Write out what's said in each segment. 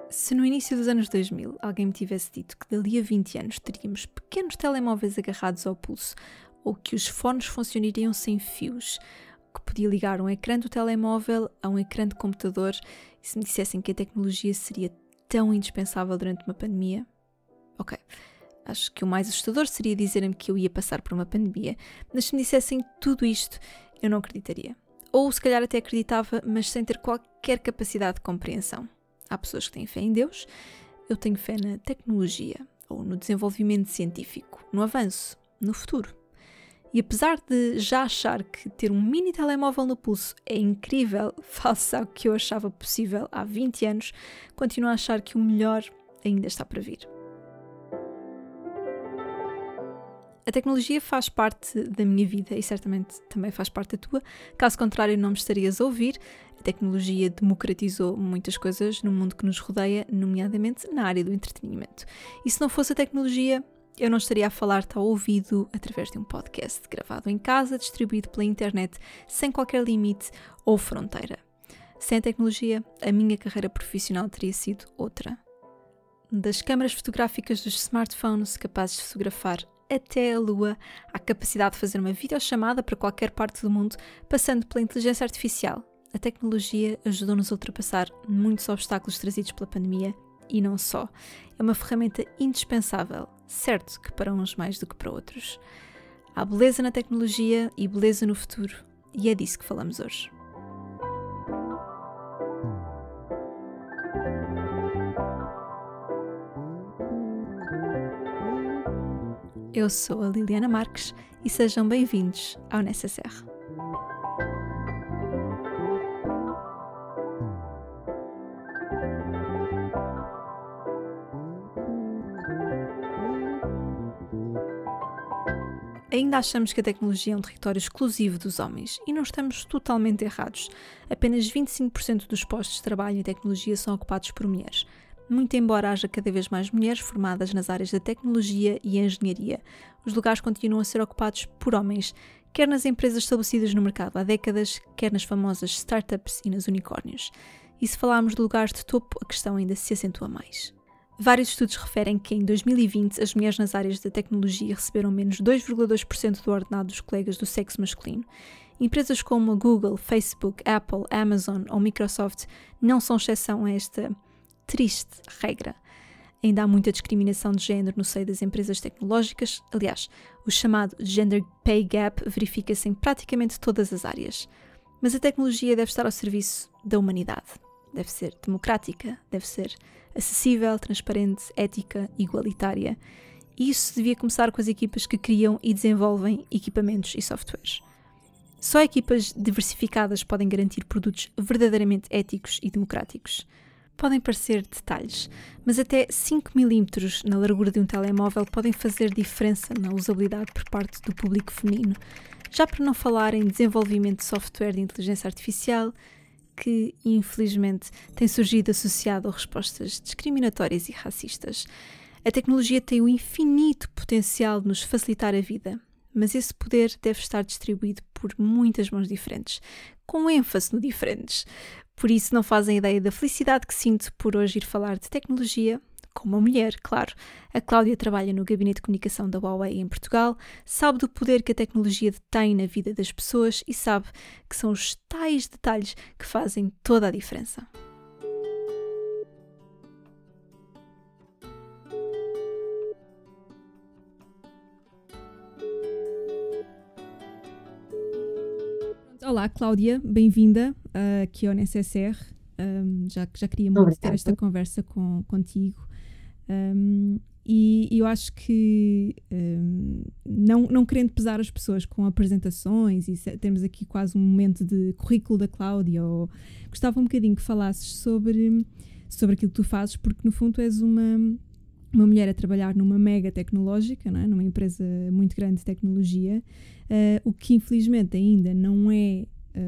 Se no início dos anos 2000 alguém me tivesse dito que dali a 20 anos teríamos pequenos telemóveis agarrados ao pulso ou que os fones funcionariam sem fios, que podia ligar um ecrã do telemóvel a um ecrã de computador, e se me dissessem que a tecnologia seria tão indispensável durante uma pandemia, ok, acho que o mais assustador seria dizerem-me que eu ia passar por uma pandemia, mas se me dissessem tudo isto, eu não acreditaria. Ou se calhar até acreditava, mas sem ter qualquer capacidade de compreensão. Há pessoas que têm fé em Deus, eu tenho fé na tecnologia, ou no desenvolvimento científico, no avanço, no futuro. E apesar de já achar que ter um mini telemóvel no pulso é incrível, face ao que eu achava possível há 20 anos, continuo a achar que o melhor ainda está para vir. A tecnologia faz parte da minha vida e certamente também faz parte da tua. Caso contrário, não me estarias a ouvir. A tecnologia democratizou muitas coisas no mundo que nos rodeia, nomeadamente na área do entretenimento. E se não fosse a tecnologia, eu não estaria a falar-te ao ouvido através de um podcast gravado em casa, distribuído pela internet, sem qualquer limite ou fronteira. Sem a tecnologia, a minha carreira profissional teria sido outra. Das câmaras fotográficas dos smartphones capazes de fotografar até a Lua, à capacidade de fazer uma videochamada para qualquer parte do mundo, passando pela inteligência artificial. A tecnologia ajudou-nos a ultrapassar muitos obstáculos trazidos pela pandemia e não só. É uma ferramenta indispensável, certo que para uns mais do que para outros. Há beleza na tecnologia e beleza no futuro, e é disso que falamos hoje. Eu sou a Liliana Marques e sejam bem-vindos ao Necessaire. Ainda achamos que a tecnologia é um território exclusivo dos homens e não estamos totalmente errados. Apenas 25% dos postos de trabalho em tecnologia são ocupados por mulheres. Muito embora haja cada vez mais mulheres formadas nas áreas da tecnologia e engenharia, os lugares continuam a ser ocupados por homens, quer nas empresas estabelecidas no mercado há décadas, quer nas famosas startups e nas unicórnios. E se falarmos de lugares de topo, a questão ainda se acentua mais. Vários estudos referem que em 2020 as mulheres nas áreas da tecnologia receberam menos 2,2% do ordenado dos colegas do sexo masculino. Empresas como a Google, Facebook, Apple, Amazon ou Microsoft não são exceção a esta triste regra. Ainda há muita discriminação de género no seio das empresas tecnológicas. Aliás, o chamado Gender Pay Gap verifica-se em praticamente todas as áreas. Mas a tecnologia deve estar ao serviço da humanidade. Deve ser democrática, deve ser acessível, transparente, ética, igualitária. E isso devia começar com as equipas que criam e desenvolvem equipamentos e softwares. Só equipas diversificadas podem garantir produtos verdadeiramente éticos e democráticos. Podem parecer detalhes, mas até 5 mm na largura de um telemóvel podem fazer diferença na usabilidade por parte do público feminino. Já para não falar em desenvolvimento de software de inteligência artificial, que infelizmente tem surgido associado a respostas discriminatórias e racistas. A tecnologia tem o infinito potencial de nos facilitar a vida, mas esse poder deve estar distribuído por muitas mãos diferentes, com ênfase no diferentes. Por isso não fazem ideia da felicidade que sinto por hoje ir falar de tecnologia com uma mulher, claro. A Cláudia trabalha no gabinete de comunicação da Huawei em Portugal, sabe do poder que a tecnologia tem na vida das pessoas e sabe que são os tais detalhes que fazem toda a diferença. Olá, Cláudia, bem-vinda aqui ao Necessaire. Já queria muito ter esta conversa contigo. E eu acho que, não querendo pesar as pessoas com apresentações, e temos aqui quase um momento de currículo da Cláudia, gostava um bocadinho que falasses sobre aquilo que tu fazes, porque no fundo tu és uma mulher a trabalhar numa mega tecnológica, não é? Numa empresa muito grande de tecnologia, o que infelizmente ainda não é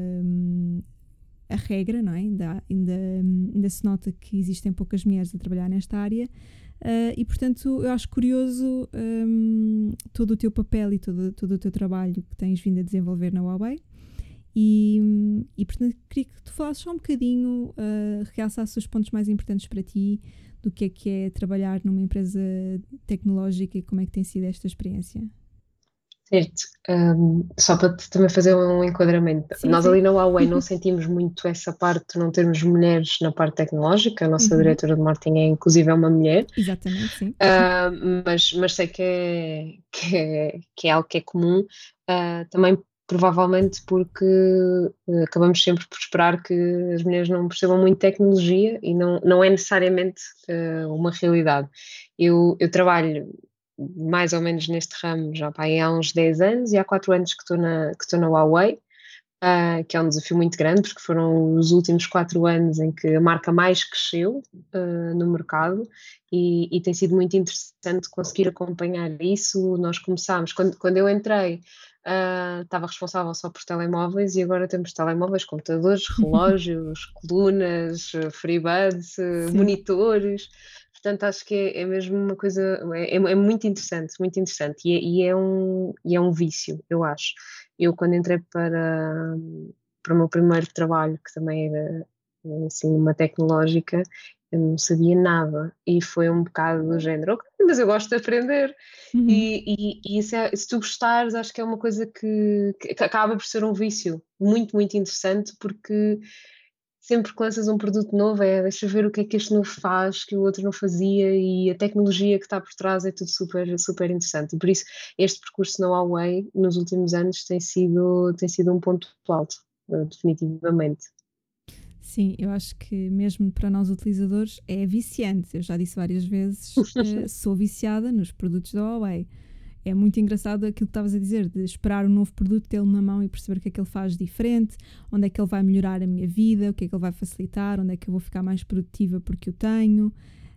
a regra, não é? Ainda se nota que existem poucas mulheres a trabalhar nesta área, e portanto eu acho curioso todo o teu papel e todo o teu trabalho que tens vindo a desenvolver na Huawei, E portanto, queria que tu falasses só um bocadinho, realçasses os pontos mais importantes para ti, do que é trabalhar numa empresa tecnológica e como é que tem sido esta experiência. Certo. Só para também fazer um enquadramento. Sim, Nós sim. ali na Huawei não sentimos muito essa parte de não termos mulheres na parte tecnológica. A nossa Uhum. diretora de marketing inclusive é uma mulher. Exatamente, sim. Ah, mas sei que é algo que é comum, também provavelmente porque acabamos sempre por esperar que as mulheres não percebam muito tecnologia e não é necessariamente uma realidade. Eu trabalho mais ou menos neste ramo já pá, há uns 10 anos e há 4 anos que estou na Huawei. Que é um desafio muito grande, porque foram os últimos 4 anos em que a marca mais cresceu no mercado e tem sido muito interessante conseguir acompanhar isso. Nós começámos, quando eu entrei, estava responsável só por telemóveis e agora temos telemóveis, computadores, relógios, colunas, FreeBuds, Sim. monitores. Portanto, acho que é mesmo uma coisa, é muito interessante, muito interessante. E é um vício, eu acho. Eu, quando entrei para o meu primeiro trabalho, que também era assim, uma tecnológica, eu não sabia nada e foi um bocado do género, "Ok, mas eu gosto de aprender." Uhum. E isso se tu gostares, acho que é uma coisa que acaba por ser um vício muito, muito interessante, porque sempre que lanças um produto novo deixa ver o que é que este novo faz que o outro não fazia, e a tecnologia que está por trás é tudo super, super interessante. E por isso este percurso na Huawei nos últimos anos tem sido um ponto alto, definitivamente. Sim, eu acho que mesmo para nós utilizadores é viciante. Eu já disse várias vezes, sou viciada nos produtos da Huawei. É muito engraçado aquilo que estavas a dizer, de esperar um novo produto, tê-lo na mão e perceber o que é que ele faz diferente, onde é que ele vai melhorar a minha vida, o que é que ele vai facilitar, onde é que eu vou ficar mais produtiva porque o tenho,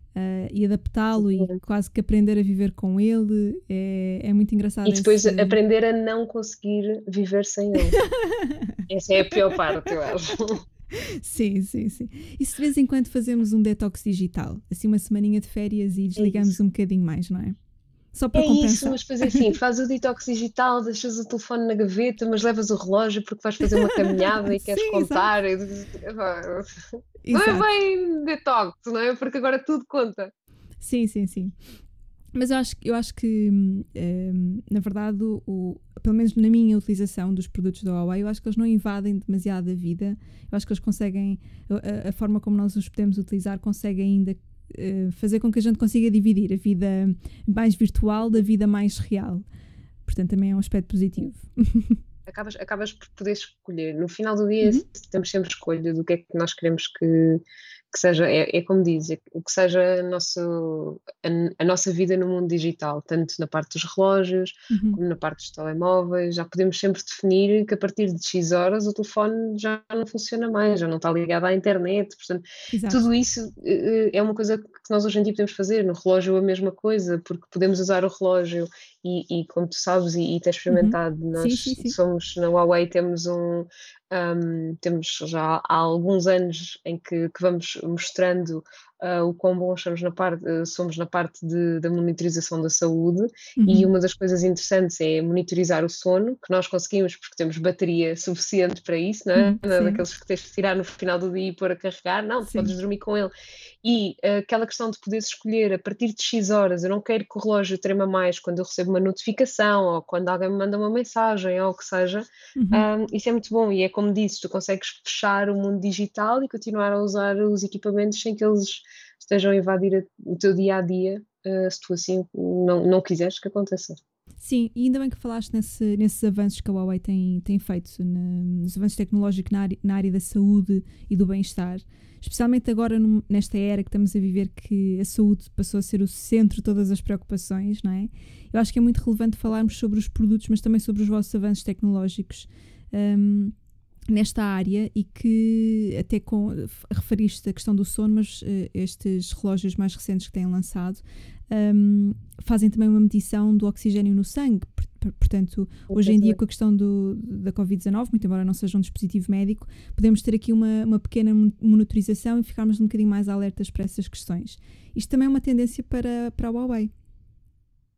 e adaptá-lo e quase que aprender a viver com ele. É muito E engraçado depois esse. aprender a não conseguir viver sem ele. Essa é a pior parte, eu acho. Sim, sim, sim. E se de vez em quando fazemos um detox digital, assim uma semaninha de férias e É desligamos isso. um bocadinho mais, não é? Só para É isso, compensar. mas fazer assim, faz o detox digital, deixas o telefone na gaveta, mas levas o relógio porque vais fazer uma caminhada e queres Sim, exato. contar. Não é Exato. bem detox, não é? Porque agora tudo conta. Sim, sim, sim. Mas eu acho que, na verdade, pelo menos na minha utilização dos produtos da Huawei, eu acho que eles não invadem demasiado a vida. Eu acho que eles conseguem, a forma como nós os podemos utilizar, consegue ainda fazer com que a gente consiga dividir a vida mais virtual da vida mais real. Portanto, também é um aspecto positivo. Acabas por poder escolher. No final do dia, Uhum, temos sempre escolha do que é que nós queremos que seja. É como diz, o que seja a nossa vida no mundo digital, tanto na parte dos relógios, uhum. como na parte dos telemóveis. Já podemos sempre definir que a partir de X horas o telefone já não funciona mais, já não está ligado à internet. Portanto, Exato. tudo isso é uma coisa que nós hoje em dia podemos fazer. No relógio, a mesma coisa, porque podemos usar o relógio. E como tu sabes e tens Uhum. experimentado, Sim, sim, nós sim. somos na Huawei, temos já há alguns anos em que vamos mostrando o quão bons somos na parte da monitorização da saúde. E Uhum. uma das coisas interessantes é monitorizar o sono, que nós conseguimos porque temos bateria suficiente para isso, não é? Uhum. Não é Sim, daqueles que tens de tirar no final do dia e pôr a carregar, não, tu sim. podes dormir com ele. E aquela questão de poderes escolher a partir de X horas, eu não quero que o relógio trema mais quando eu recebo uma notificação ou quando alguém me manda uma mensagem ou o que seja. Uhum. Isso é muito bom e é como disse, tu consegues fechar o mundo digital e continuar a usar os equipamentos sem que eles estejam a invadir o teu dia a dia, se tu assim não quiseres que aconteça. Sim, e ainda bem que falaste nesses avanços que a Huawei tem feito, nos avanços tecnológicos na área da saúde e do bem-estar, especialmente agora nesta era que estamos a viver, que a saúde passou a ser o centro de todas as preocupações, não é? Eu acho que é muito relevante falarmos sobre os produtos, mas também sobre os vossos avanços tecnológicos nesta área, e que até referiste a questão do sono, mas estes relógios mais recentes que têm lançado fazem também uma medição do oxigênio no sangue. Portanto, hoje em dia, Exatamente. com a questão da Covid-19, muito embora não seja um dispositivo médico, podemos ter aqui uma pequena monitorização e ficarmos um bocadinho mais alertas para essas questões. Isto também é uma tendência para a Huawei.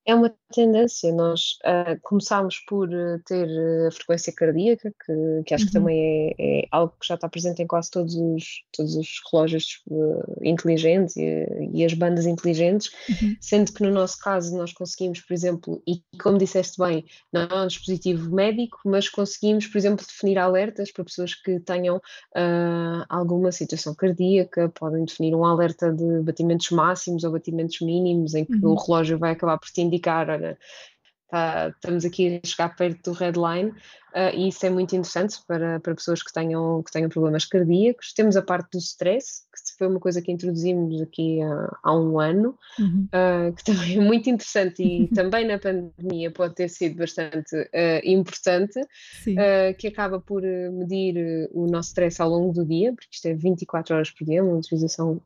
É uma tendência. Nós começámos por ter a frequência cardíaca, que acho que Uhum, também é algo que já está presente em quase todos os relógios inteligentes e as bandas inteligentes, uhum, sendo que no nosso caso nós conseguimos, por exemplo, e como disseste bem, não é um dispositivo médico, mas conseguimos, por exemplo, definir alertas para pessoas que tenham alguma situação cardíaca, podem definir um alerta de batimentos máximos ou batimentos mínimos, em que o uhum. relógio vai acabar por te indicar, olha, estamos aqui a chegar perto do redline, e isso é muito interessante para pessoas que tenham problemas cardíacos. Temos a parte do stress, que foi uma coisa que introduzimos aqui há um ano, Uhum. que também é muito interessante e também na pandemia pode ter sido bastante importante, Sim. que acaba por medir o nosso stress ao longo do dia, porque isto é 24 horas por dia, uma utilização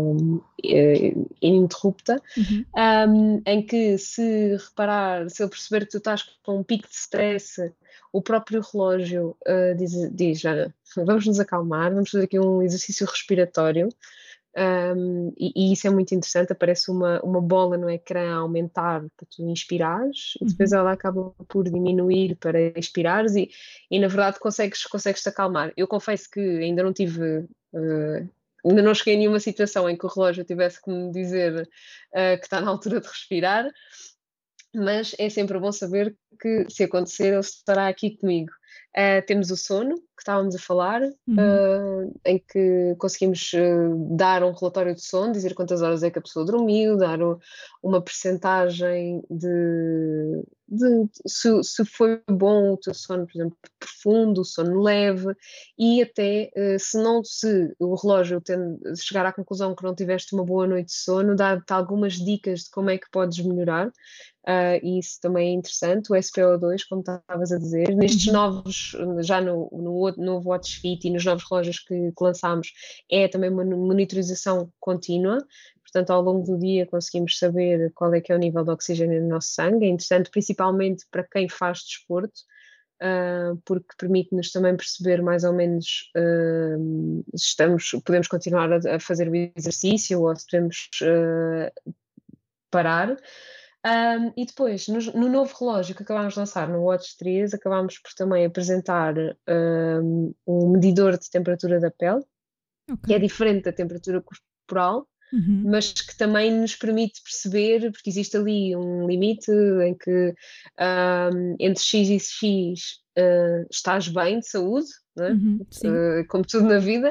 ininterrupta, Uhum. em que se reparar, se ele perceber que tu estás com um pico de stress, o próprio relógio diz, olha, vamos nos acalmar, vamos fazer aqui um exercício respiratório, e isso é muito interessante, aparece uma bola no ecrã a aumentar para tu inspirares e depois Uhum. ela acaba por diminuir para expirares e na verdade consegues-te acalmar. Eu confesso que ainda não tive, ainda não cheguei a nenhuma situação em que o relógio tivesse que me dizer que está na altura de respirar, mas é sempre bom saber que se acontecer ele estará aqui comigo. Temos o sono, que estávamos a falar, Uhum. em que conseguimos dar um relatório de sono, dizer quantas horas é que a pessoa dormiu, dar uma percentagem de se foi bom o teu sono, por exemplo, profundo, sono leve, e até se o relógio chegar à conclusão que não tiveste uma boa noite de sono, dar-te algumas dicas de como é que podes melhorar. E isso também é interessante, o SPO2, como estavas a dizer, nestes Uhum. novos, já no novo Watch Fit e nos novos relógios que lançámos, é também uma monitorização contínua, portanto ao longo do dia conseguimos saber qual é que é o nível de oxigênio no nosso sangue, é interessante principalmente para quem faz desporto, porque permite-nos também perceber mais ou menos se podemos continuar a fazer o exercício ou se podemos parar. E depois, no novo relógio que acabámos de lançar, no Watch 3, acabámos por também apresentar um medidor de temperatura da pele, Ok. que é diferente da temperatura corporal, Uhum. mas que também nos permite perceber, porque existe ali um limite em que entre X e X estás bem de saúde, né? Uhum. Sim. Como tudo na vida,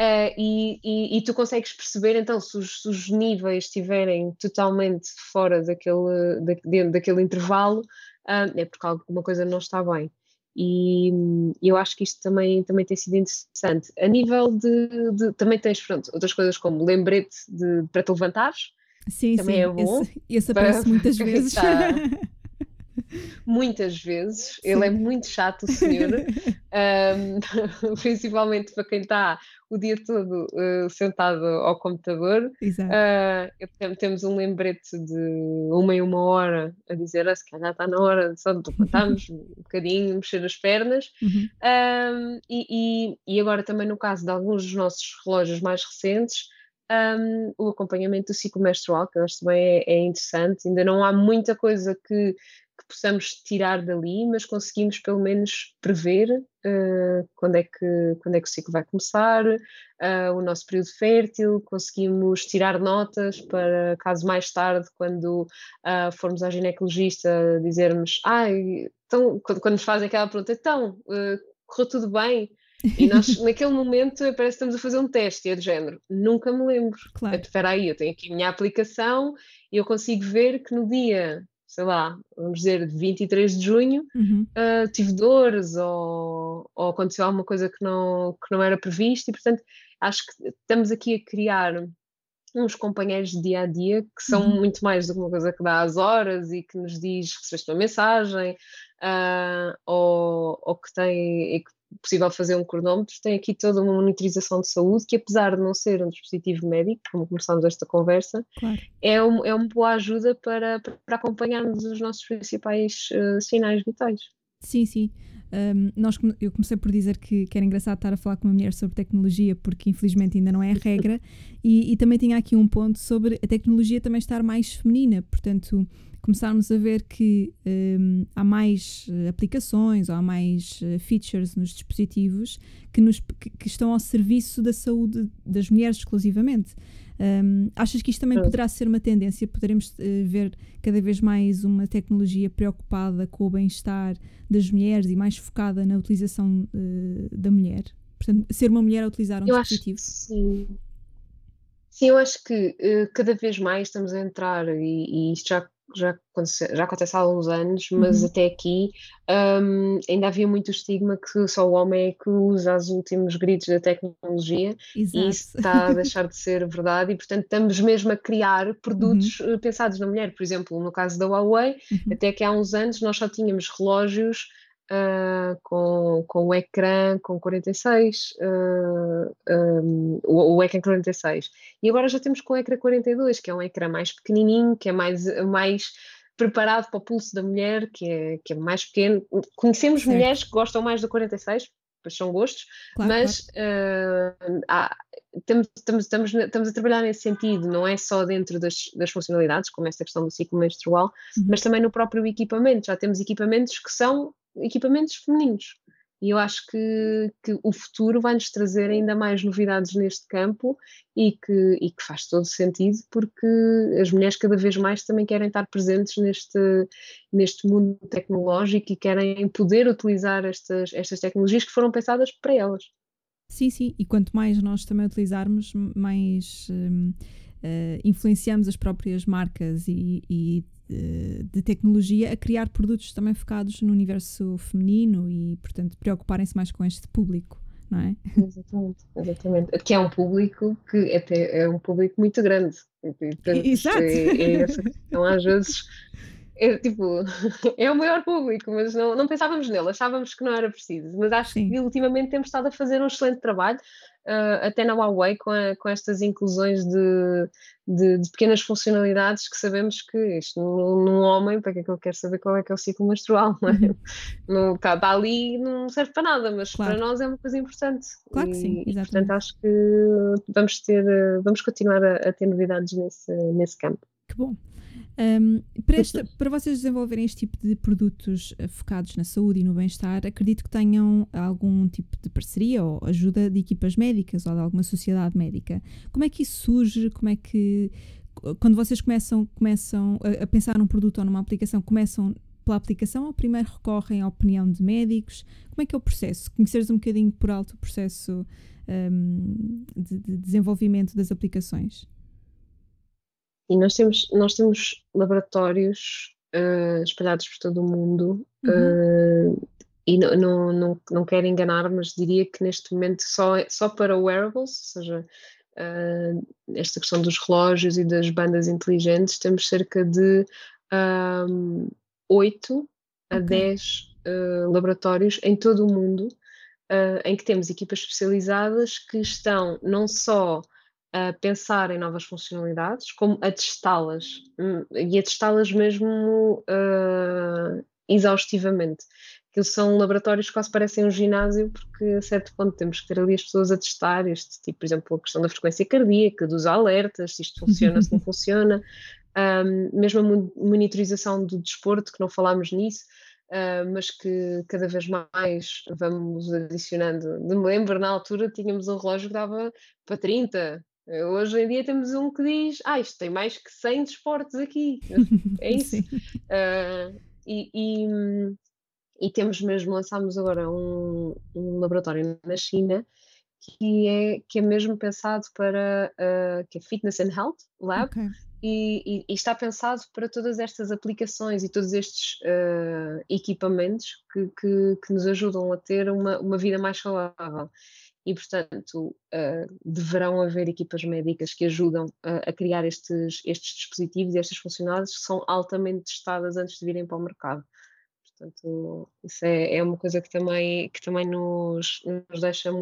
e tu consegues perceber então se os níveis estiverem totalmente fora dentro daquele intervalo, é porque alguma coisa não está bem. E eu acho que isto também tem sido interessante. A nível também tens, pronto, outras coisas como lembrete para te levantares, Sim, também é sim. bom Esse para aparece muitas quem vezes. está muitas vezes. Ele é Sim. muito chato, o senhor, ahm, principalmente para quem está o dia todo sentado ao computador. Exato. Temos um lembrete de uma em uma hora a dizer se calhar está na hora de só de levantarmos um bocadinho, mexer as pernas. Uhum. E agora também no caso de alguns dos nossos relógios mais recentes, o acompanhamento do ciclo menstrual, que eu acho também é interessante. Ainda não há muita coisa que possamos tirar dali, mas conseguimos pelo menos prever quando é que o ciclo vai começar, o nosso período fértil, conseguimos tirar notas para caso mais tarde, quando formos à ginecologista, dizermos, então, quando nos fazem aquela pergunta, então, correu tudo bem? E nós, naquele momento, parece que estamos a fazer um teste, e é do género, nunca me lembro. Claro. Espera aí, eu tenho aqui a minha aplicação e eu consigo ver que no dia, sei lá, vamos dizer, de 23 de junho, Uhum. tive dores ou aconteceu alguma coisa que não era prevista e, portanto, acho que estamos aqui a criar uns companheiros de dia a dia que são Uhum. muito mais do que uma coisa que dá às horas e que nos diz que recebeste uma mensagem, ou que tem é possível fazer um cronómetro, tem aqui toda uma monitorização de saúde que, apesar de não ser um dispositivo médico, como começámos esta conversa, Claro. é uma boa ajuda para acompanharmos os nossos principais sinais vitais. Sim, sim. Eu comecei por dizer que era engraçado estar a falar com uma mulher sobre tecnologia, porque infelizmente ainda não é a regra, e também tinha aqui um ponto sobre a tecnologia também estar mais feminina, portanto começarmos a ver que há mais aplicações ou há mais features nos dispositivos que estão ao serviço da saúde das mulheres exclusivamente. Achas que isto também poderá ser uma tendência? Poderemos ver cada vez mais uma tecnologia preocupada com o bem-estar das mulheres e mais focada na utilização da mulher? Portanto, ser uma mulher a utilizar um Eu acho dispositivo? que sim. Sim, eu acho que cada vez mais estamos a entrar, e isto já acontece há alguns anos, mas Uhum. até aqui ainda havia muito estigma que só o homem é que usa os últimos gritos da tecnologia, e isso Exato. está a deixar de ser verdade, e portanto estamos mesmo a criar Uhum. produtos pensados na mulher. Por exemplo, no caso da Huawei, Uhum. até que há uns anos nós só tínhamos relógios com o ecrã com 46, o ecrã 46. E agora já temos com o ecrã 42, que é um ecrã mais pequenininho, que é mais preparado para o pulso da mulher, que é mais pequeno. Conhecemos Certo. mulheres que gostam mais do 46, pois são gostos, Claro, claro. mas estamos a trabalhar nesse sentido, não é só dentro das funcionalidades, como esta questão do ciclo menstrual, Uhum. mas também no próprio equipamento. Já temos equipamentos que são equipamentos femininos. E eu acho que o futuro vai-nos trazer ainda mais novidades neste campo, e que faz todo sentido, porque as mulheres cada vez mais também querem estar presentes neste mundo tecnológico e querem poder utilizar estas tecnologias que foram pensadas para elas. Sim, sim. E quanto mais nós também utilizarmos, mais influenciamos as próprias marcas de tecnologia a criar produtos também focados no universo feminino e, portanto, preocuparem-se mais com este público, não é? Exatamente, exatamente. Que é um público que até é um público muito grande. E temos, Exato! é essa questão às vezes. É tipo, é o maior público, mas não pensávamos nele, achávamos que não era preciso. Mas acho Sim. que ultimamente temos estado a fazer um excelente trabalho, até na Huawei, com estas inclusões de pequenas funcionalidades que sabemos que isto num homem, para que é que ele quer saber qual é que é o ciclo menstrual, não é? Uhum. Não, está ali, não serve para nada, mas para Claro. nós é uma coisa importante. Claro que sim, Portanto, exatamente. acho que vamos continuar a ter novidades nesse campo. Que bom. Para vocês desenvolverem este tipo de produtos focados na saúde e no bem-estar, acredito que tenham algum tipo de parceria ou ajuda de equipas médicas ou de alguma sociedade médica. Como é que isso surge? Como é que, quando vocês começam a pensar num produto ou numa aplicação, começam pela aplicação ou primeiro recorrem à opinião de médicos? Como é que é o processo? Conheceres um bocadinho por alto o processo de desenvolvimento das aplicações? E nós temos laboratórios espalhados por todo o mundo, Uhum. e não quero enganar, mas diria que neste momento só para wearables, ou seja, esta questão dos relógios e das bandas inteligentes, temos cerca de 8 a Ok. 10 laboratórios em todo o mundo, em que temos equipas especializadas que estão não só a pensar em novas funcionalidades, como a testá-las, e a testá-las mesmo exaustivamente. Aquilo são laboratórios que quase parecem um ginásio, porque a certo ponto temos que ter ali as pessoas a testar este tipo, por exemplo, a questão da frequência cardíaca, dos alertas, se isto funciona, se não funciona, mesmo a monitorização do desporto, que não falámos nisso, mas que cada vez mais vamos adicionando. Me lembro, na altura tínhamos um relógio que dava para 30. Hoje em dia temos um que diz, isto tem mais que 100 desportos aqui. É isso. Sim. Uh, e, e, e temos mesmo, lançámos agora um laboratório na China que é mesmo pensado para, que é Fitness and Health Lab, Ok. e está pensado para todas estas aplicações e todos estes equipamentos que nos ajudam a ter uma vida mais saudável. E, portanto, deverão haver equipas médicas que ajudam a criar estes dispositivos e estas funcionalidades que são altamente testadas antes de virem para o mercado. Portanto, isso é uma coisa que também nos deixa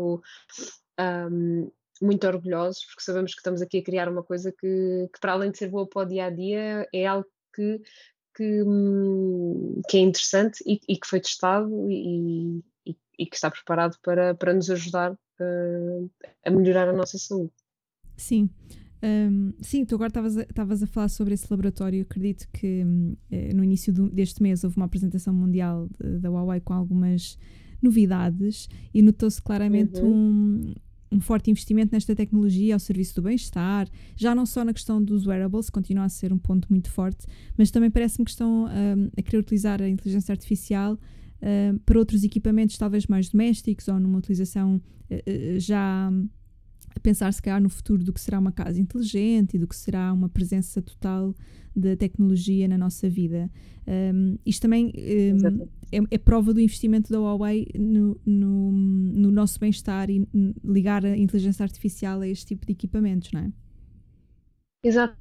muito orgulhosos, porque sabemos que estamos aqui a criar uma coisa que para além de ser boa para o dia a dia, é algo que que é interessante e que foi testado e que está preparado para nos ajudar a melhorar a nossa saúde. Sim. Sim, tu agora estavas a falar sobre esse laboratório. Eu acredito que no início deste mês houve uma apresentação mundial da Huawei com algumas novidades e notou-se claramente um forte investimento nesta tecnologia ao serviço do bem-estar, já não só na questão dos wearables, continua a ser um ponto muito forte, mas também parece-me que estão a querer utilizar a inteligência artificial para outros equipamentos talvez mais domésticos ou numa utilização já a pensar se calhar no futuro do que será uma casa inteligente e do que será uma presença total da tecnologia na nossa vida. Isto também é prova do investimento da Huawei no nosso bem-estar e ligar a inteligência artificial a este tipo de equipamentos, não é? Exato.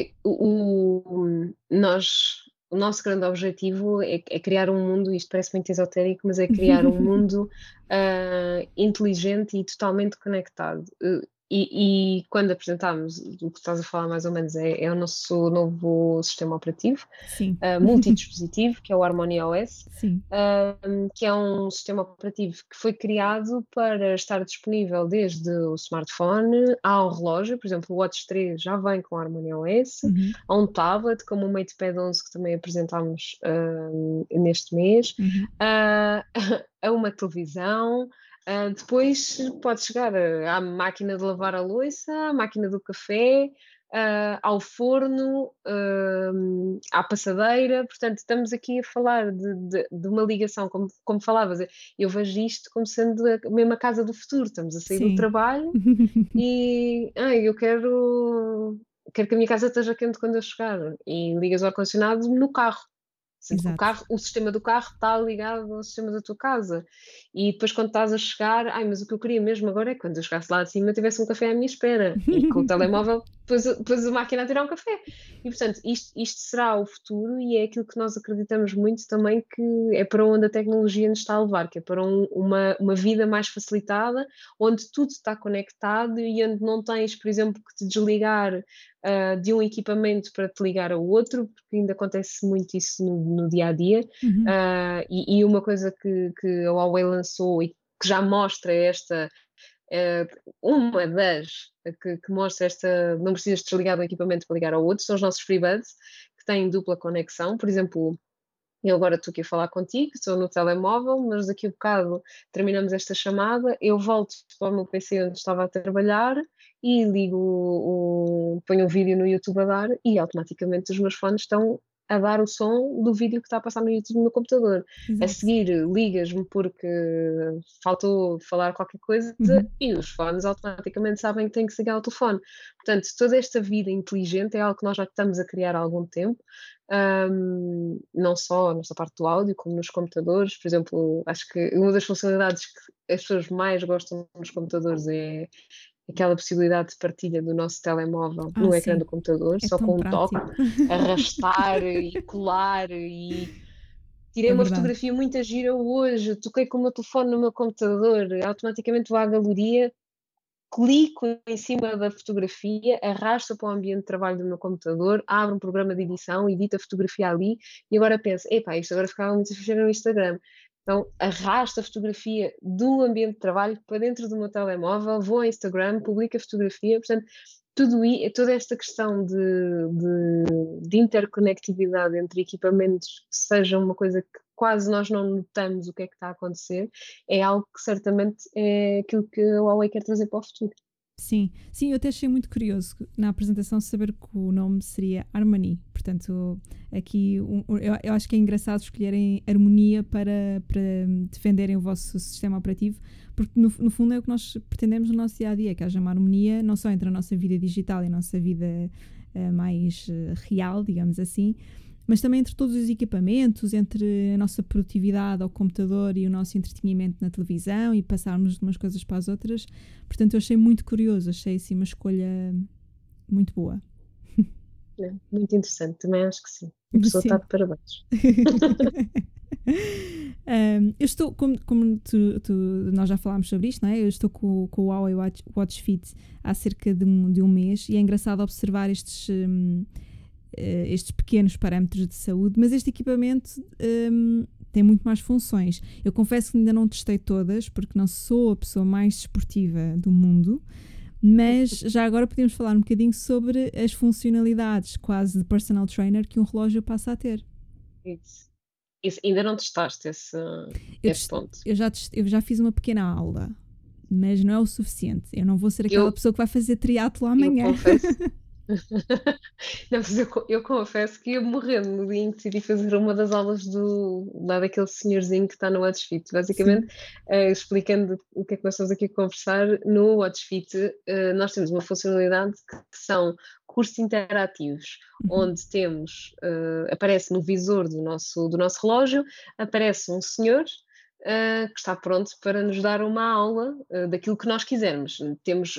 O nosso grande objetivo é criar um mundo, isto parece muito esotérico, mas é criar um mundo inteligente e totalmente conectado. E quando apresentámos o que estás a falar mais ou menos é o nosso novo sistema operativo, Sim. Multidispositivo, que é o Harmony OS, Sim. Que é um sistema operativo que foi criado para estar disponível desde o smartphone ao relógio. Por exemplo, o Watch 3 já vem com o Harmony OS, a um tablet como o MatePad 11 que também apresentámos neste mês, a uma televisão. Depois pode chegar à máquina de lavar a louça, à máquina do café, ao forno, à passadeira. Portanto, estamos aqui a falar de uma ligação, como falavas, eu vejo isto como sendo a mesma casa do futuro. Estamos a sair do trabalho e eu quero que a minha casa esteja quente quando eu chegar, e ligas o ar-condicionado no carro. O sistema do carro está ligado ao sistema da tua casa. E depois quando estás a chegar, mas o que eu queria mesmo agora é que quando eu chegasse lá de cima tivesse um café à minha espera. E com o telemóvel depois a máquina a tirar um café. E portanto, isto será o futuro e é aquilo que nós acreditamos muito também, que é para onde a tecnologia nos está a levar, que é para uma vida mais facilitada, onde tudo está conectado e onde não tens, por exemplo, que te desligar de um equipamento para te ligar a outro, porque ainda acontece muito isso no dia a dia. E uma coisa que a Huawei lançou e que já mostra uma das que mostra não precisas desligar do equipamento para ligar ao outro, são os nossos FreeBuds, que têm dupla conexão. Por exemplo, eu agora estou aqui a falar contigo, estou no telemóvel, mas daqui a bocado terminamos esta chamada, eu volto para o meu PC onde estava a trabalhar e ponho um vídeo no YouTube a dar e automaticamente os meus fones estão a dar o som do vídeo que está a passar no YouTube no computador. Exato. A seguir ligas-me porque faltou falar qualquer coisa e os fones automaticamente sabem que têm que se ligar ao telefone. Portanto, toda esta vida inteligente é algo que nós já estamos a criar há algum tempo. Não só nesta parte do áudio, como nos computadores. Por exemplo, acho que uma das funcionalidades que as pessoas mais gostam nos computadores é aquela possibilidade de partilha do nosso telemóvel no ecrã do computador, só com um toque, arrastar e colar. E tirei uma fotografia muito gira hoje, toquei com o meu telefone no meu computador, automaticamente vou à galeria, clico em cima da fotografia, arrasto para o ambiente de trabalho do meu computador, abro um programa de edição, edito a fotografia ali e agora penso, isto agora ficava muito fixe no Instagram. Então arrasto a fotografia do ambiente de trabalho para dentro do meu telemóvel, vou ao Instagram, publico a fotografia. Portanto, toda esta questão de interconectividade entre equipamentos, que seja uma coisa que quase nós não notamos o que é que está a acontecer, é algo que certamente é aquilo que a Huawei quer trazer para o futuro. Sim, eu até achei muito curioso na apresentação saber que o nome seria Harmony. Portanto, aqui eu acho que é engraçado escolherem harmonia para defenderem o vosso sistema operativo, porque no fundo é o que nós pretendemos no nosso dia-a-dia, que haja uma harmonia não só entre a nossa vida digital e a nossa vida mais real, digamos assim, mas também entre todos os equipamentos, entre a nossa produtividade ao computador e o nosso entretenimento na televisão e passarmos de umas coisas para as outras. Portanto, eu achei muito curioso, achei assim uma escolha muito boa. Muito interessante, também acho que sim. A pessoa está de parabéns. Eu estou, como nós já falámos sobre isto, não é? Eu estou com o Huawei Watch Fit há cerca de um mês e é engraçado observar estes pequenos parâmetros de saúde, mas este equipamento tem muito mais funções. Eu confesso que ainda não testei todas, porque não sou a pessoa mais desportiva do mundo, mas já agora podemos falar um bocadinho sobre as funcionalidades quase de personal trainer que um relógio passa a ter. Isso. Ainda não testaste esse ponto? Eu já fiz uma pequena aula, mas não é o suficiente. Eu não vou ser aquela pessoa que vai fazer triatlo amanhã. Eu confesso. Não, mas eu confesso que ia morrendo no dia em que decidi fazer uma das aulas lá daquele senhorzinho que está no WatchFit. Basicamente, explicando o que é que nós estamos aqui a conversar, no WatchFit nós temos uma funcionalidade que são cursos interativos, onde temos, aparece no visor do nosso relógio, aparece um senhor que está pronto para nos dar uma aula daquilo que nós quisermos. Temos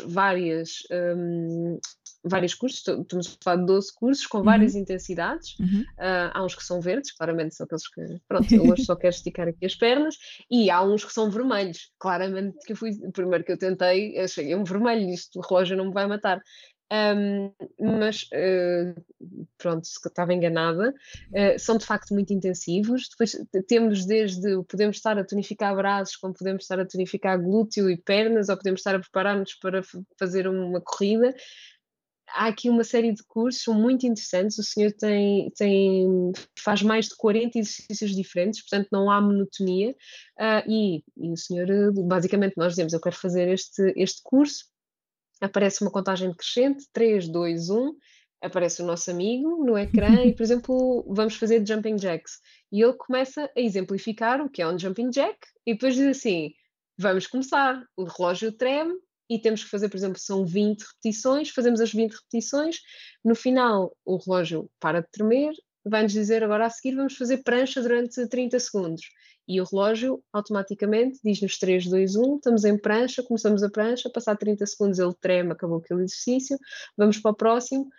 vários cursos, estamos a falar de 12 cursos com várias intensidades. Há uns que são verdes, claramente são aqueles que, pronto, eu hoje só quero esticar aqui as pernas, e há uns que são vermelhos, claramente que o primeiro que eu tentei, achei um vermelho, isto o relógio não me vai matar. Mas pronto, se estava enganada, são de facto muito intensivos. Depois temos podemos estar a tonificar braços, como podemos estar a tonificar glúteo e pernas, ou podemos estar a preparar-nos para fazer uma corrida. Há aqui uma série de cursos, são muito interessantes. O senhor faz mais de 40 exercícios diferentes, portanto não há monotonia. E o senhor, basicamente, nós dizemos: eu quero fazer este curso. Aparece uma contagem decrescente, 3, 2, 1, aparece o nosso amigo no ecrã e, por exemplo, vamos fazer jumping jacks. E ele começa a exemplificar o que é um jumping jack e depois diz assim: vamos começar. O relógio treme e temos que fazer, por exemplo, são 20 repetições, fazemos as 20 repetições, no final o relógio para de tremer, vai-nos dizer: agora a seguir vamos fazer prancha durante 30 segundos. E o relógio automaticamente diz-nos 3, 2, 1, estamos em prancha, começamos a prancha, passar 30 segundos ele treme, acabou aquele exercício, vamos para o próximo.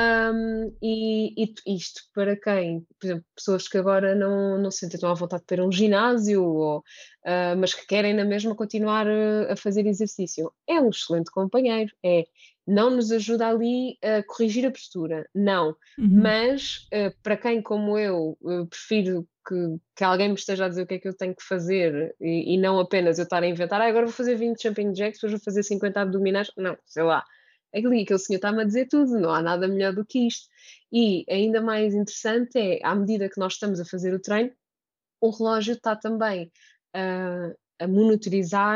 E isto para quem, por exemplo, pessoas que agora não se sentem tão à vontade de ter um ginásio, mas que querem na mesma continuar a fazer exercício, é um excelente companheiro. Não nos ajuda ali a corrigir a postura, não. Mas para quem, como eu, prefiro que alguém me esteja a dizer o que é que eu tenho que fazer e não apenas eu estar a inventar: agora vou fazer 20 jumping jacks, depois vou fazer 50 abdominais. Não, sei lá. Aquele senhor está-me a dizer tudo, não há nada melhor do que isto. E ainda mais interessante é, à medida que nós estamos a fazer o treino, o relógio está também a monitorizar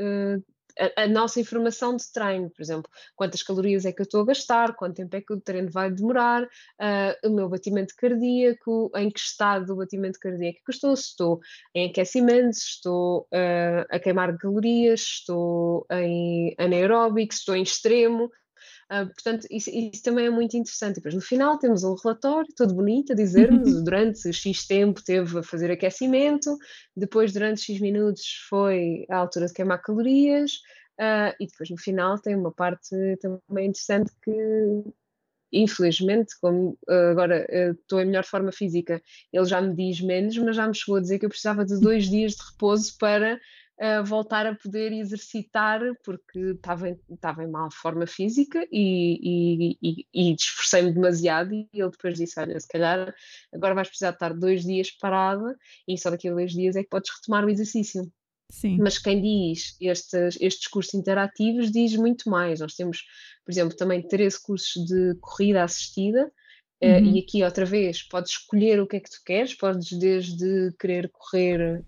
a nossa informação de treino, por exemplo, quantas calorias é que eu estou a gastar, quanto tempo é que o treino vai demorar, o meu batimento cardíaco, em que estado do batimento cardíaco que estou, se estou em aquecimento, se estou a queimar calorias, se estou em anaeróbico, se estou em extremo. Portanto, isso também é muito interessante. E depois, no final, temos um relatório todo bonito a dizer-nos: durante X tempo teve a fazer aquecimento, depois, durante X minutos, foi a altura de queimar calorias, e depois, no final, tem uma parte também interessante que, infelizmente, como agora estou em melhor forma física, ele já me diz menos, mas já me chegou a dizer que eu precisava de 2 dias de repouso para voltar a poder exercitar, porque estava em má forma física e esforcei-me demasiado. E ele depois disse: olha, se calhar agora vais precisar de estar 2 dias parada e só daqui a 2 dias é que podes retomar o exercício. Sim. Mas quem diz estes cursos interativos diz muito mais. Nós temos, por exemplo, também 13 cursos de corrida assistida. E aqui, outra vez, podes escolher o que é que tu queres. Podes desde querer correr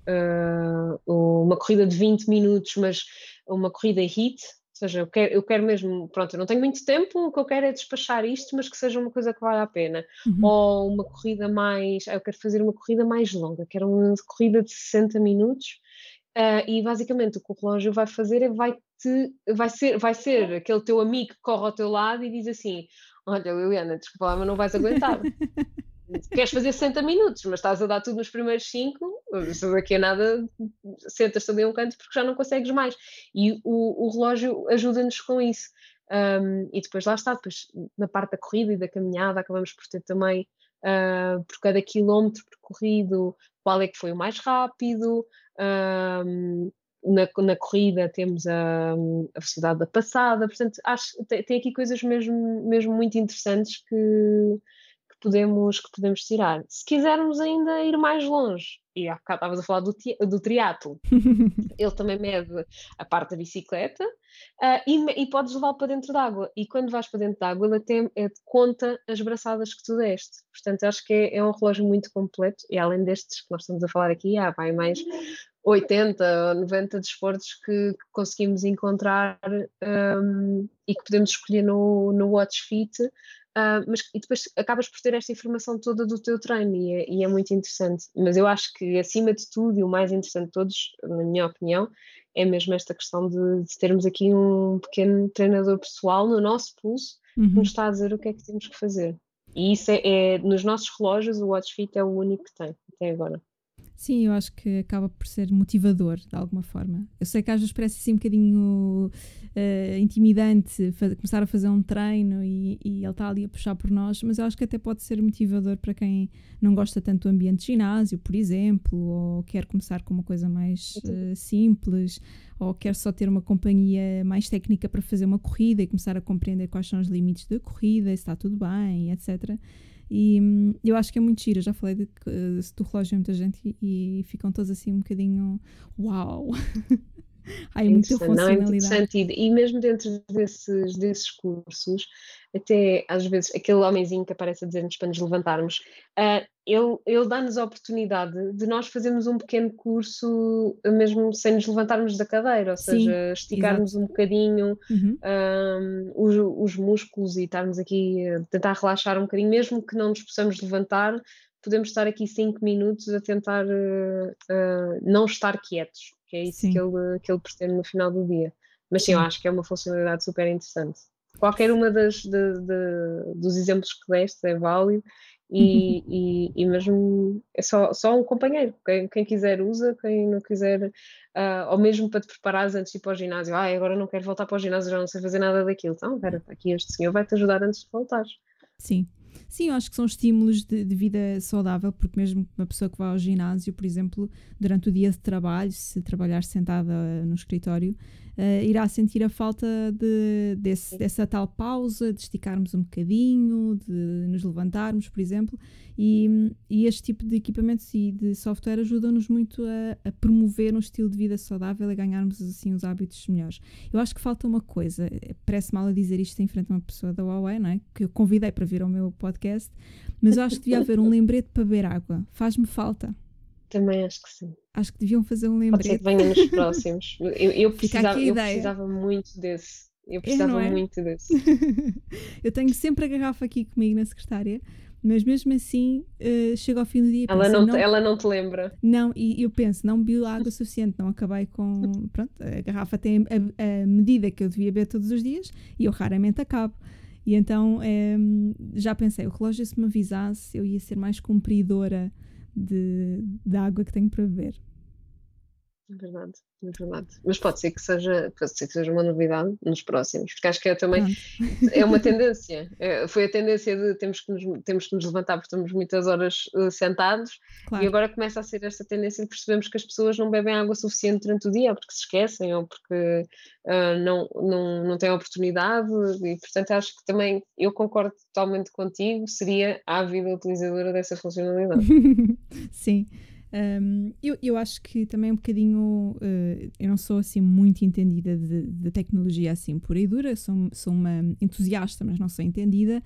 uma corrida de 20 minutos, mas uma corrida HIIT, ou seja, eu quero mesmo, pronto, eu não tenho muito tempo, o que eu quero é despachar isto, mas que seja uma coisa que valha a pena. Ou uma corrida eu quero fazer uma corrida mais longa, quero uma corrida de 60 minutos. E basicamente o que o relógio vai fazer vai ser aquele teu amigo que corre ao teu lado e diz assim: olha, Liliana, desculpa lá, mas não vais aguentar. Queres fazer 60 minutos, mas estás a dar tudo nos primeiros 5, se daqui a nada sentas-te ali um canto porque já não consegues mais. E o relógio ajuda-nos com isso. E depois lá está, depois, na parte da corrida e da caminhada, acabamos por ter também, por cada quilómetro percorrido, qual é que foi o mais rápido. Na corrida temos a velocidade da passada. Portanto, acho que tem aqui coisas mesmo muito interessantes que que podemos tirar. Se quisermos ainda ir mais longe, e há bocado estavas a falar do triatlo, ele também mede a parte da bicicleta, e podes levá-lo para dentro d'água. E quando vais para dentro d'água, ele até conta as braçadas que tu deste. Portanto, acho que é um relógio muito completo. E além destes que nós estamos a falar aqui, vai mais 80 ou 90 desportos que conseguimos encontrar, e que podemos escolher no Watch Fit. E depois acabas por ter esta informação toda do teu treino e é muito interessante. Mas eu acho que, acima de tudo, e o mais interessante de todos, na minha opinião, é mesmo esta questão de termos aqui um pequeno treinador pessoal no nosso pulso que nos está a dizer o que é que temos que fazer. E isso nos nossos relógios, o Watch Fit é o único que tem, até agora. Sim, eu acho que acaba por ser motivador, de alguma forma. Eu sei que às vezes parece assim um bocadinho intimidante começar a fazer um treino e ele está ali a puxar por nós, mas eu acho que até pode ser motivador para quem não gosta tanto do ambiente de ginásio, por exemplo, ou quer começar com uma coisa mais simples, ou quer só ter uma companhia mais técnica para fazer uma corrida e começar a compreender quais são os limites da corrida, se está tudo bem, etc. E eu acho que é muito giro. Eu já falei do relógio a muita gente e ficam todos assim um bocadinho uau! Há muita funcionalidade. E mesmo dentro desses cursos, até às vezes aquele homenzinho que aparece a dizer-nos para nos levantarmos, ele dá-nos a oportunidade de nós fazermos um pequeno curso mesmo sem nos levantarmos da cadeira, ou seja, esticarmos um bocadinho os músculos e estarmos aqui a tentar relaxar um bocadinho, mesmo que não nos possamos levantar. Podemos estar aqui 5 minutos a tentar não estar quietos, que é isso que ele pretende no final do dia. Mas sim, eu acho que é uma funcionalidade super interessante. Qualquer uma dos exemplos que deste é válido e mesmo é só um companheiro. Quem quiser usa, quem não quiser, ou mesmo para te preparares antes de ir para o ginásio. Agora não quero voltar para o ginásio, já não sei fazer nada daquilo. Então, espera, aqui este senhor vai-te ajudar antes de voltares. Sim. Sim, eu acho que são estímulos de vida saudável, porque mesmo uma pessoa que vai ao ginásio, por exemplo, durante o dia de trabalho, se trabalhar sentada no escritório, irá sentir a falta dessa tal pausa, de esticarmos um bocadinho, de nos levantarmos, por exemplo, e este tipo de equipamentos e de software ajudam-nos muito a promover um estilo de vida saudável e a ganharmos assim os hábitos melhores. Eu acho que falta uma coisa, parece mal a dizer isto em frente a uma pessoa da Huawei, não é? Que eu convidei para vir ao meu podcast, mas eu acho que devia haver um lembrete para beber água. Faz-me falta. Também acho que sim. Acho que deviam fazer um lembrete. Pode ser que venha nos próximos. Eu precisava muito desse. Muito desse. Eu tenho sempre a garrafa aqui comigo na secretária, mas mesmo assim chego ao fim do dia e penso, ela não te lembra. Não, e eu penso, não bebi água suficiente, não acabei com... Pronto, a garrafa tem a medida que eu devia beber todos os dias e eu raramente acabo. E então já pensei, o relógio, se me avisasse, eu ia ser mais cumpridora da água que tenho para beber. É verdade. Mas pode ser que seja uma novidade nos próximos, porque acho que é uma tendência. Foi a tendência de temos que nos levantar porque estamos muitas horas sentados, claro. E agora começa a ser esta tendência de percebermos que as pessoas não bebem água suficiente durante o dia, ou porque se esquecem, ou porque não têm oportunidade, e portanto acho que também eu concordo totalmente contigo, seria ávida utilizadora dessa funcionalidade. Sim. Eu acho que também um bocadinho eu não sou assim muito entendida de tecnologia assim pura e dura, sou uma entusiasta, mas não sou entendida.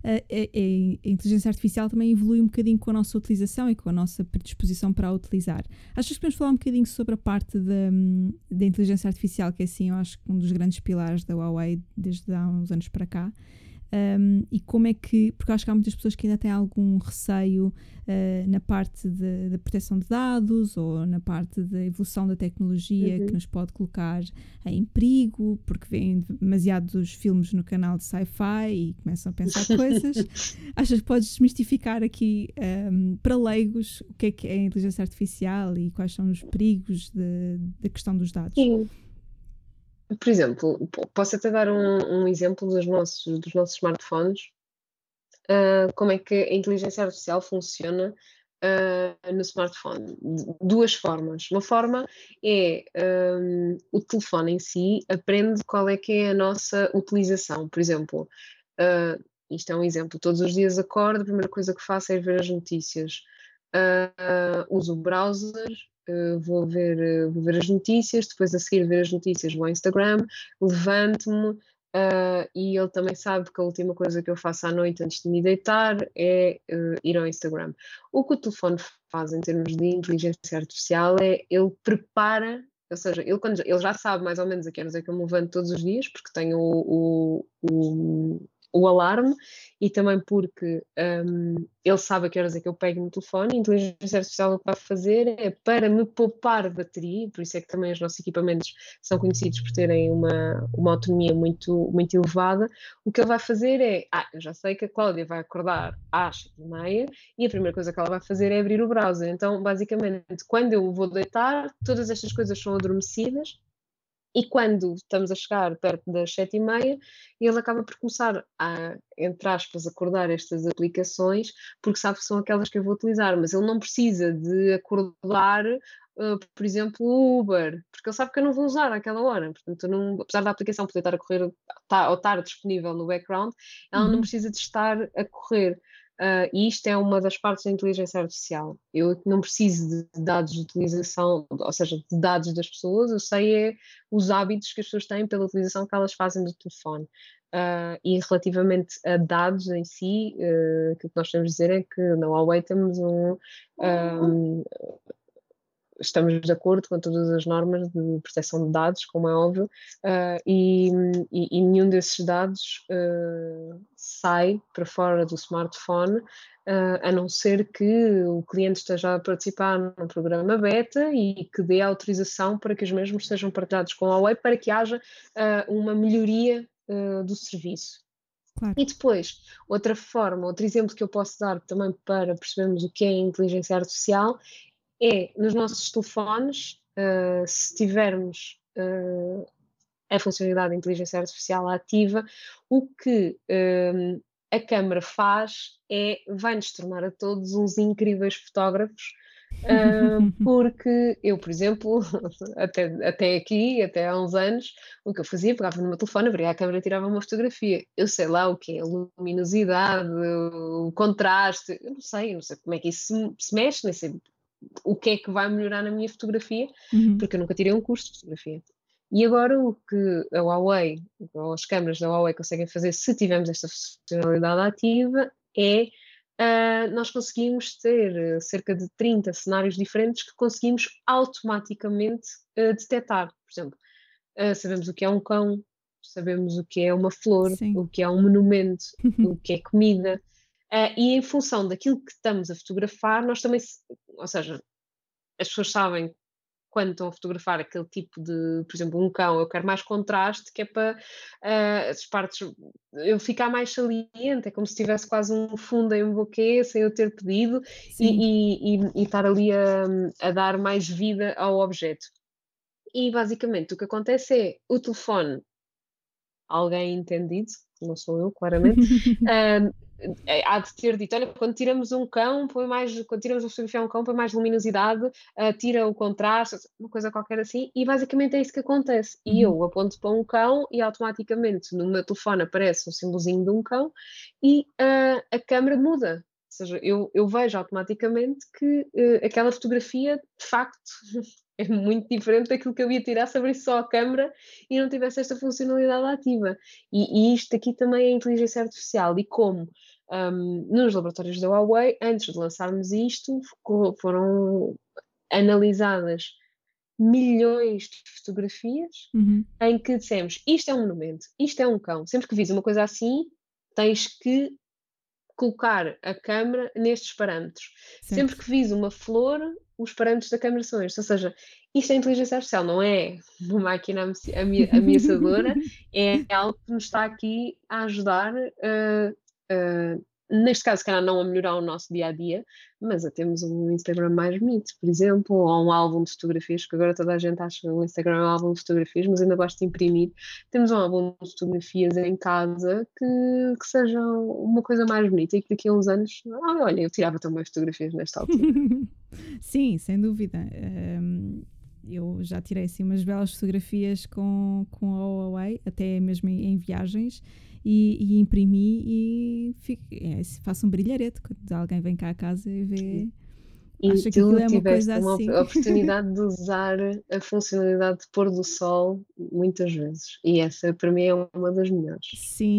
A inteligência artificial também evolui um bocadinho com a nossa utilização e com a nossa predisposição para a utilizar. Acho que podemos falar um bocadinho sobre a parte da inteligência artificial, que é assim, eu acho que um dos grandes pilares da Huawei desde há uns anos para cá. E como é que, porque eu acho que há muitas pessoas que ainda têm algum receio na parte da proteção de dados ou na parte da evolução da tecnologia que nos pode colocar em perigo, porque veem demasiados filmes no canal de sci-fi e começam a pensar coisas. Achas que podes desmistificar aqui para leigos o que é a inteligência artificial e quais são os perigos da questão dos dados? Sim. Por exemplo, posso até dar um exemplo dos nossos smartphones, como é que a inteligência artificial funciona no smartphone. De duas formas. Uma forma é o telefone em si aprende qual é que é a nossa utilização. Por exemplo, isto é um exemplo, todos os dias acordo, a primeira coisa que faço é ver as notícias. Uso o browser, vou ver as notícias, depois a seguir ver as notícias vou ao Instagram, levanto-me, e ele também sabe que a última coisa que eu faço à noite antes de me deitar é ir ao Instagram. O que o telefone faz em termos de inteligência artificial é ele prepara, ou seja, ele já sabe mais ou menos a que horas é que eu me levanto todos os dias, porque tenho o alarme, e também porque ele sabe a que horas é que eu pego no telefone. A inteligência artificial o que vai fazer é para me poupar bateria, por isso é que também os nossos equipamentos são conhecidos por terem uma autonomia muito, muito elevada. O que ele vai fazer é, eu já sei que a Cláudia vai acordar às 7h30 e a primeira coisa que ela vai fazer é abrir o browser. Então, basicamente, quando eu vou deitar, todas estas coisas são adormecidas. E quando estamos a chegar perto das 7h30, ele acaba por começar a, entre aspas, acordar estas aplicações, porque sabe que são aquelas que eu vou utilizar, mas ele não precisa de acordar, por exemplo, o Uber, porque ele sabe que eu não vou usar àquela hora. Portanto, apesar da aplicação poder estar a correr ou estar disponível no background, ela não precisa de estar a correr. E isto é uma das partes da inteligência artificial. Eu não preciso de dados de utilização, ou seja, de dados das pessoas, eu sei os hábitos que as pessoas têm pela utilização que elas fazem do telefone. E relativamente a dados em si, aquilo que nós temos de dizer é que na Huawei temos estamos de acordo com todas as normas de proteção de dados, como é óbvio, e nenhum desses dados sai para fora do smartphone, a não ser que o cliente esteja a participar num programa beta e que dê autorização para que os mesmos sejam partilhados com a Huawei para que haja uma melhoria do serviço. Claro. E depois, outro exemplo que eu posso dar também para percebermos o que é inteligência artificial é, nos nossos telefones, se tivermos a funcionalidade de inteligência artificial ativa, o que a câmara faz vai-nos tornar a todos uns incríveis fotógrafos, porque eu, por exemplo, até há uns anos, o que eu fazia, pegava no meu telefone, abria a câmera e tirava uma fotografia. Eu sei lá o que é a luminosidade, o contraste, eu não sei como é que isso se mexe, nem sei o que é que vai melhorar na minha fotografia, porque eu nunca tirei um curso de fotografia. E agora o que a Huawei, ou as câmaras da Huawei conseguem fazer, se tivermos esta funcionalidade ativa, nós conseguimos ter cerca de 30 cenários diferentes que conseguimos automaticamente detectar. Por exemplo, sabemos o que é um cão, sabemos o que é uma flor, Sim. o que é um monumento, o que é comida. E em função daquilo que estamos a fotografar, nós também, ou seja, as pessoas sabem quando estão a fotografar aquele tipo de, por exemplo, um cão, eu quero mais contraste, que é para as partes eu ficar mais saliente, é como se tivesse quase um fundo em um buquê sem eu ter pedido e estar ali a dar mais vida ao objeto. E basicamente o que acontece é o telefone, alguém entendido, não sou eu, claramente, há de ter dito, olha, quando tiramos um cão, quando tiramos a fotografia a um cão, põe mais luminosidade, tira o contraste, uma coisa qualquer assim, e basicamente é isso que acontece. E eu aponto para um cão e automaticamente no meu telefone aparece um símbolozinho de um cão e a câmera muda. Ou seja, eu vejo automaticamente que aquela fotografia, de facto, é muito diferente daquilo que eu ia tirar se abrisse só a câmera e não tivesse esta funcionalidade ativa. E isto aqui também é inteligência artificial. E como nos laboratórios da Huawei, antes de lançarmos isto, foram analisadas milhões de fotografias em que dissemos, isto é um monumento, isto é um cão. Sempre que vis uma coisa assim, tens que colocar a câmera nestes parâmetros. Certo. Sempre que vis uma flor, os parâmetros da câmera são estes. Ou seja, isto é inteligência artificial, não é uma máquina ameaçadora, é algo que nos está aqui a ajudar, neste caso, se calhar não a melhorar o nosso dia-a-dia, mas a termos um Instagram mais bonito, por exemplo, ou um álbum de fotografias, que agora toda a gente acha o Instagram um álbum de fotografias, mas ainda gosto de imprimir. Temos um álbum de fotografias em casa que seja uma coisa mais bonita e que daqui a uns anos, olha, eu tirava também fotografias nesta altura. Sim, sem dúvida. Eu já tirei assim umas belas fotografias com a Huawei, até mesmo em viagens, e imprimi e faço um brilharete quando alguém vem cá a casa e vê. E Acho que tu aquilo é uma tiveste coisa uma assim. oportunidade de usar a funcionalidade de pôr do sol muitas vezes. E essa para mim é uma das melhores. Sim,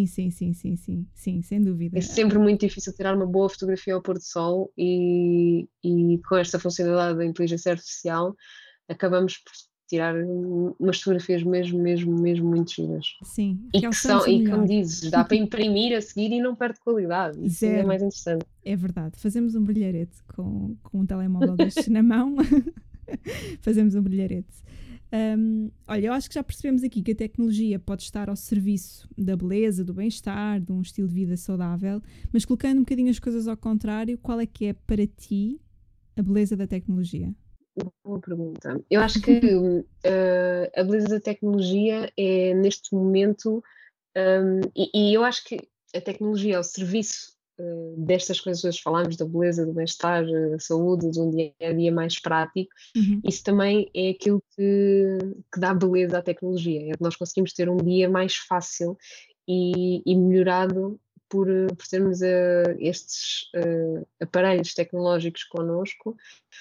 sem dúvida. É sempre muito difícil tirar uma boa fotografia ao pôr do sol e com esta funcionalidade da inteligência artificial acabamos por tirar umas fotografias mesmo muito giras. Sim, E realçamos o e como melhor. dizes, dá para imprimir a seguir e não perde qualidade. Isso ainda é Zero. mais interessante. É verdade. Fazemos um brilharete com um telemóvel destes na mão. Fazemos um brilharete. Olha, eu acho que já percebemos aqui que a tecnologia pode estar ao serviço da beleza, do bem-estar, de um estilo de vida saudável, mas colocando um bocadinho as coisas ao contrário, qual é que é para ti a beleza da tecnologia? Boa pergunta. Eu acho que a beleza da tecnologia é neste momento, e eu acho que a tecnologia ao serviço destas coisas que hoje falámos, da beleza, do bem-estar, da saúde, de um dia a dia mais prático, isso também é aquilo que dá beleza à tecnologia, é que nós conseguimos ter um dia mais fácil e melhorado por termos estes aparelhos tecnológicos connosco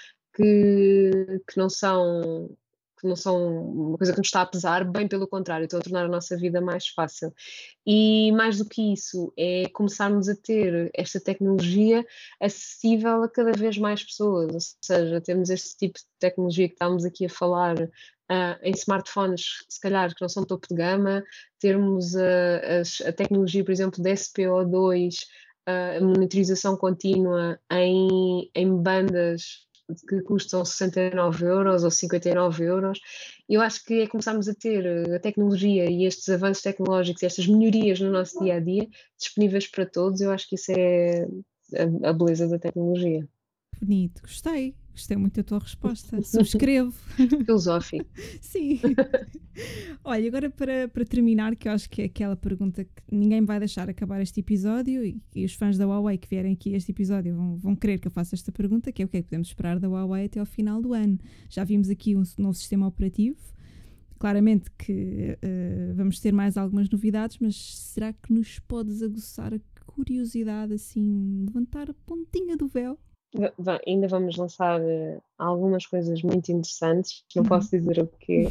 que não são uma coisa que nos está a pesar, bem pelo contrário, estão a tornar a nossa vida mais fácil. E mais do que isso, é começarmos a ter esta tecnologia acessível a cada vez mais pessoas, ou seja, temos este tipo de tecnologia que estamos aqui a falar em smartphones, se calhar que não são topo de gama, termos a tecnologia, por exemplo, de SPO2, a monitorização contínua em bandas que custam 69 € ou 59 €. Eu acho que é começarmos a ter a tecnologia e estes avanços tecnológicos, estas melhorias no nosso dia a dia disponíveis para todos. Eu acho que isso é a beleza da tecnologia. Bonito, gostei muito da tua resposta. Subscrevo. Filosófico. Sim. Olha, agora para terminar, que eu acho que é aquela pergunta que ninguém vai deixar acabar este episódio e os fãs da Huawei que vierem aqui a este episódio vão querer que eu faça esta pergunta, que é o que é que podemos esperar da Huawei até ao final do ano. Já vimos aqui um novo sistema operativo, claramente que vamos ter mais algumas novidades, mas será que nos podes aguçar a curiosidade, assim, levantar a pontinha do véu? Ainda vamos lançar algumas coisas muito interessantes, não posso dizer o quê,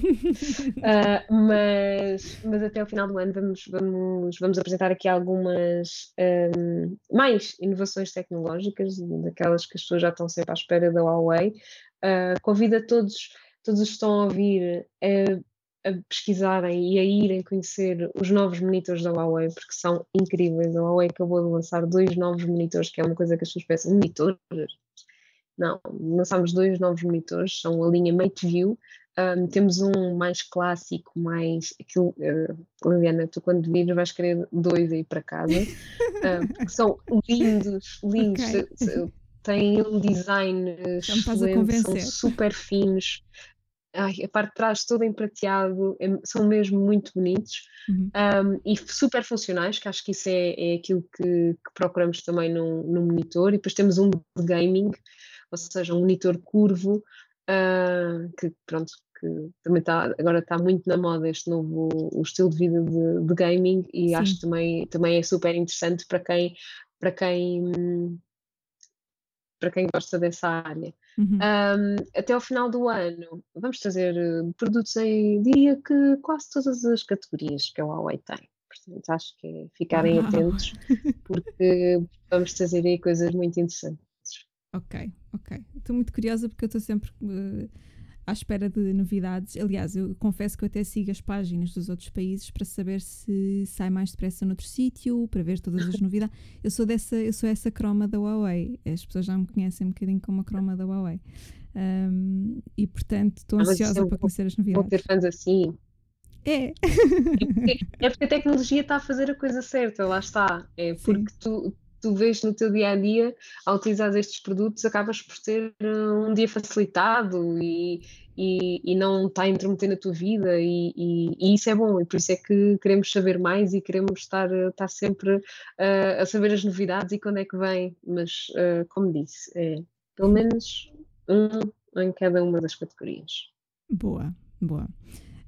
mas até ao final do ano vamos apresentar aqui algumas mais inovações tecnológicas, daquelas que as pessoas já estão sempre à espera da Huawei. Convido a todos os que estão a ouvir a pesquisarem e a irem conhecer os novos monitores da Huawei, porque são incríveis. A Huawei acabou de lançar 2 novos monitores, que é uma coisa que as pessoas pensam, monitores? Não, lançámos 2 novos monitores, são a linha MateView. Temos um mais clássico, mais aquilo, Liliana, tu quando vires vais querer 2 aí para casa, porque são lindos, Okay. têm um design Já me estás a excelente, são convencer. super finos. A parte de trás toda em prateado, são mesmo muito bonitos e super funcionais, que acho que isso é aquilo que procuramos também no monitor. E depois temos um de gaming, ou seja, um monitor curvo, que pronto, que também agora está muito na moda este novo o estilo de vida de gaming, e Sim. acho que também é super interessante para quem gosta dessa área. Até ao final do ano vamos trazer produtos em, diria que quase todas as categorias que a Huawei tem. Portanto, acho que é ficarem Uau. atentos, porque vamos trazer aí coisas muito interessantes. Ok. Estou muito curiosa porque eu estou sempre à espera de novidades. Aliás, eu confesso que eu até sigo as páginas dos outros países para saber se sai mais depressa noutro sítio, para ver todas as novidades. Eu sou essa croma da Huawei. As pessoas já me conhecem um bocadinho como a croma da Huawei. E portanto estou ansiosa para conhecer as Vou novidades. ter fãs assim. É. É porque a tecnologia está a fazer a coisa certa, lá está. É porque tu vês no teu dia a dia, ao utilizar estes produtos, acabas por ter um dia facilitado e não está a intrometer na tua vida, e isso é bom, e por isso é que queremos saber mais e queremos estar sempre a saber as novidades e quando é que vem. Mas, como disse, pelo menos um em cada uma das categorias. Boa.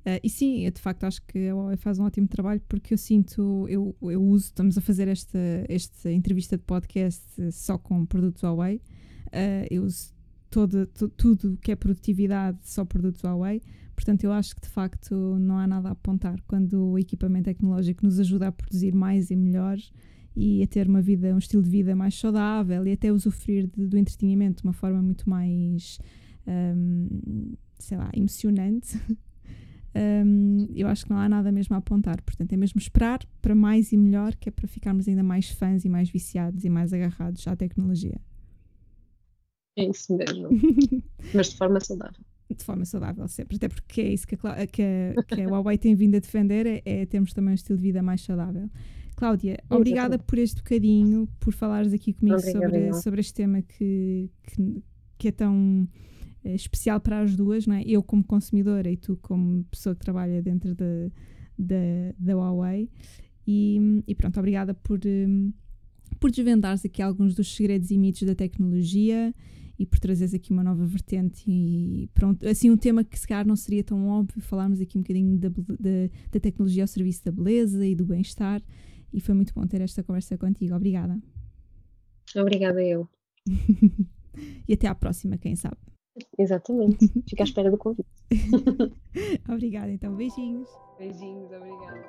E sim, eu de facto acho que a Huawei faz um ótimo trabalho, porque eu sinto, eu uso, estamos a fazer esta entrevista de podcast só com produtos Huawei, eu uso tudo que é produtividade, só produtos Huawei, portanto eu acho que de facto não há nada a apontar quando o equipamento tecnológico nos ajuda a produzir mais e melhor e a ter um estilo de vida mais saudável e até usufruir do entretenimento de uma forma muito mais, sei lá, emocionante. Eu acho que não há nada mesmo a apontar, portanto é mesmo esperar para mais e melhor, que é para ficarmos ainda mais fãs e mais viciados e mais agarrados à tecnologia. É isso mesmo. Mas de forma saudável. De forma saudável sempre, até porque é isso que a Huawei tem vindo a defender, é termos também um estilo de vida mais saudável. Cláudia, obrigada por este bocadinho, por falares aqui comigo sobre este tema que é tão especial para as duas, não é? Eu como consumidora e tu como pessoa que trabalha dentro da Huawei. E pronto, obrigada por desvendares aqui alguns dos segredos e mitos da tecnologia e por trazeres aqui uma nova vertente e pronto, assim um tema que se calhar não seria tão óbvio, falarmos aqui um bocadinho da tecnologia ao serviço da beleza e do bem-estar, e foi muito bom ter esta conversa contigo. Obrigada. Obrigada eu. E até à próxima, quem sabe. Exatamente. Fico à espera do convite. Obrigada, então. Beijinhos. Beijinhos, obrigada.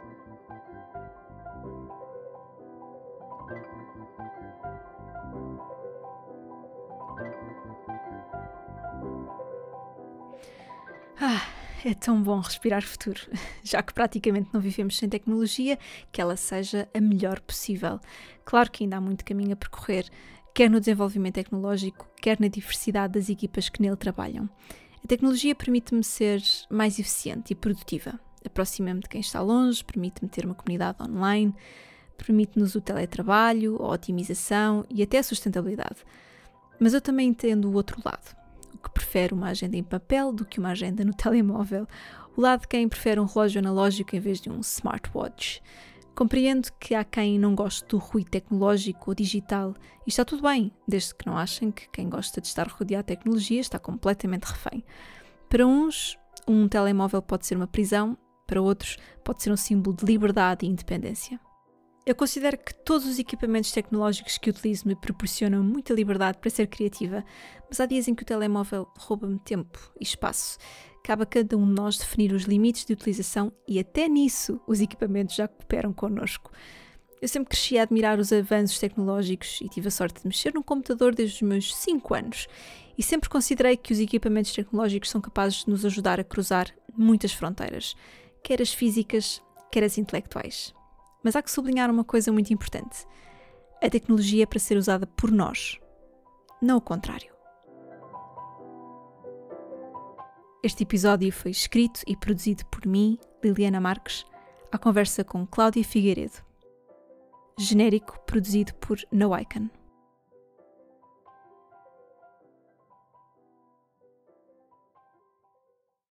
É tão bom respirar futuro, já que praticamente não vivemos sem tecnologia, que ela seja a melhor possível. Claro que ainda há muito caminho a percorrer, quer no desenvolvimento tecnológico, quer na diversidade das equipas que nele trabalham. A tecnologia permite-me ser mais eficiente e produtiva. Aproxima-me de quem está longe, permite-me ter uma comunidade online, permite-nos o teletrabalho, a otimização e até a sustentabilidade. Mas eu também entendo o outro lado, o que prefere uma agenda em papel do que uma agenda no telemóvel, o lado de quem prefere um relógio analógico em vez de um smartwatch. Compreendo que há quem não goste do ruído tecnológico ou digital e está tudo bem, desde que não achem que quem gosta de estar rodeado de tecnologia está completamente refém. Para uns, um telemóvel pode ser uma prisão, para outros pode ser um símbolo de liberdade e independência. Eu considero que todos os equipamentos tecnológicos que utilizo me proporcionam muita liberdade para ser criativa, mas há dias em que o telemóvel rouba-me tempo e espaço. Cabe a cada um de nós definir os limites de utilização e até nisso os equipamentos já cooperam connosco. Eu sempre cresci a admirar os avanços tecnológicos e tive a sorte de mexer num computador desde os meus 5 anos e sempre considerei que os equipamentos tecnológicos são capazes de nos ajudar a cruzar muitas fronteiras, quer as físicas, quer as intelectuais. Mas há que sublinhar uma coisa muito importante. A tecnologia é para ser usada por nós, não o contrário. Este episódio foi escrito e produzido por mim, Liliana Marques, à conversa com Cláudia Figueiredo. Genérico produzido por No Icon.